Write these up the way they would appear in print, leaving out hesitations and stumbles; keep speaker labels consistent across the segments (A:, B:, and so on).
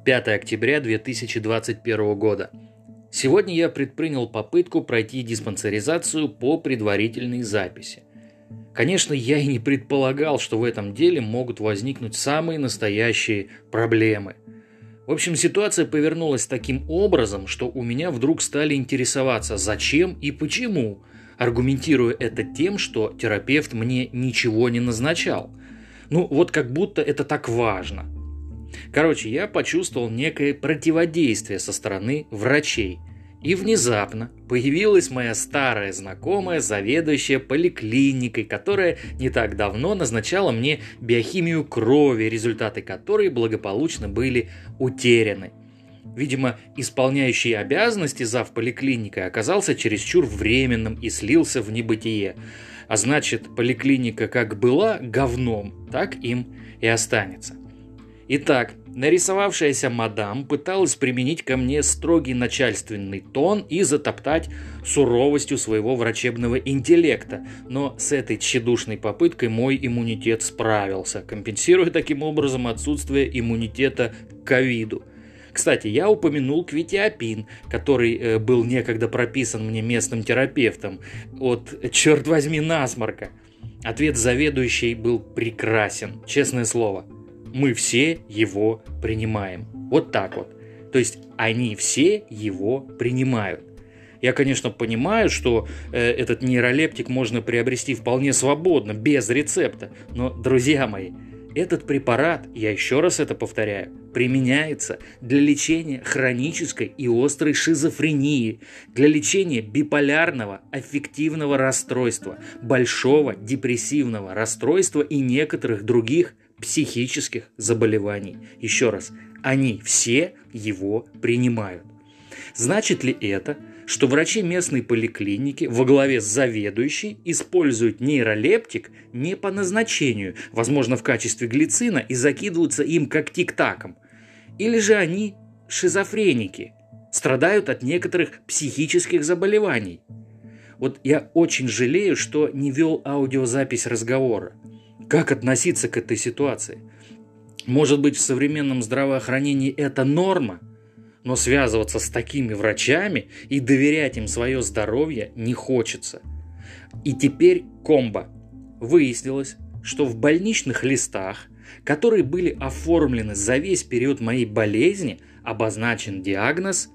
A: 5 октября 2021 года. Сегодня я предпринял попытку пройти диспансеризацию по предварительной записи. Конечно, я и не предполагал, что в этом деле могут возникнуть самые настоящие проблемы. В общем, ситуация повернулась таким образом, что у меня вдруг стали интересоваться, зачем и почему, аргументируя это тем, что терапевт мне ничего не назначал. Вот как будто это так важно. Короче, я почувствовал некое противодействие со стороны врачей. И внезапно появилась моя старая знакомая, заведующая поликлиникой, которая не так давно назначала мне биохимию крови, результаты которой благополучно были утеряны. Видимо, исполняющий обязанности зав. Поликлиникой оказался чересчур временным и слился в небытие. А значит, поликлиника как была говном, так им и останется. Итак, нарисовавшаяся мадам пыталась применить ко мне строгий начальственный тон и затоптать суровостью своего врачебного интеллекта, но с этой тщедушной попыткой мой иммунитет справился, компенсируя таким образом отсутствие иммунитета к ковиду. Кстати, я упомянул квитиапин, который был некогда прописан мне местным терапевтом от, черт возьми, насморка. Ответ заведующей был прекрасен, честное слово. Мы все его принимаем. Вот так вот. То есть они все его принимают. Я, конечно, понимаю, что этот нейролептик можно приобрести вполне свободно, без рецепта. Но, друзья мои, этот препарат, я еще раз это повторяю, применяется для лечения хронической и острой шизофрении, для лечения биполярного аффективного расстройства, большого депрессивного расстройства и некоторых других психических заболеваний. Еще раз, они все его принимают. Значит ли это, что врачи местной поликлиники во главе с заведующей используют нейролептик не по назначению, возможно, в качестве глицина, и закидываются им как тик-таком? Или же они шизофреники, страдают от некоторых психических заболеваний? Вот я очень жалею, что не вел аудиозапись разговора. Как относиться к этой ситуации? Может быть, в современном здравоохранении это норма? Но связываться с такими врачами и доверять им свое здоровье не хочется. И теперь комбо. Выяснилось, что в больничных листах, которые были оформлены за весь период моей болезни, обозначен диагноз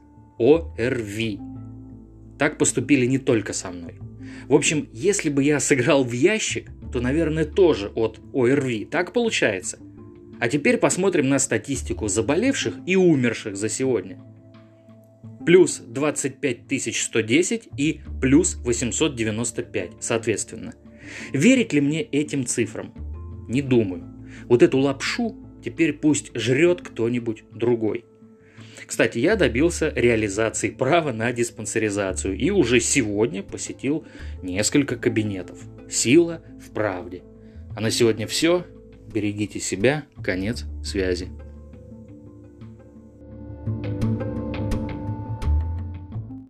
A: ОРВИ. Так поступили не только со мной. В общем, если бы я сыграл в ящик, то, наверное, тоже от ОРВИ. Так получается. А теперь посмотрим на статистику заболевших и умерших за сегодня. Плюс 25 110 и плюс 895, соответственно. Верить ли мне этим цифрам? Не думаю. Вот эту лапшу теперь пусть жрет кто-нибудь другой. Кстати, я добился реализации права на диспансеризацию и уже сегодня посетил несколько кабинетов. Сила в правде. А на сегодня все. Берегите себя. Конец связи.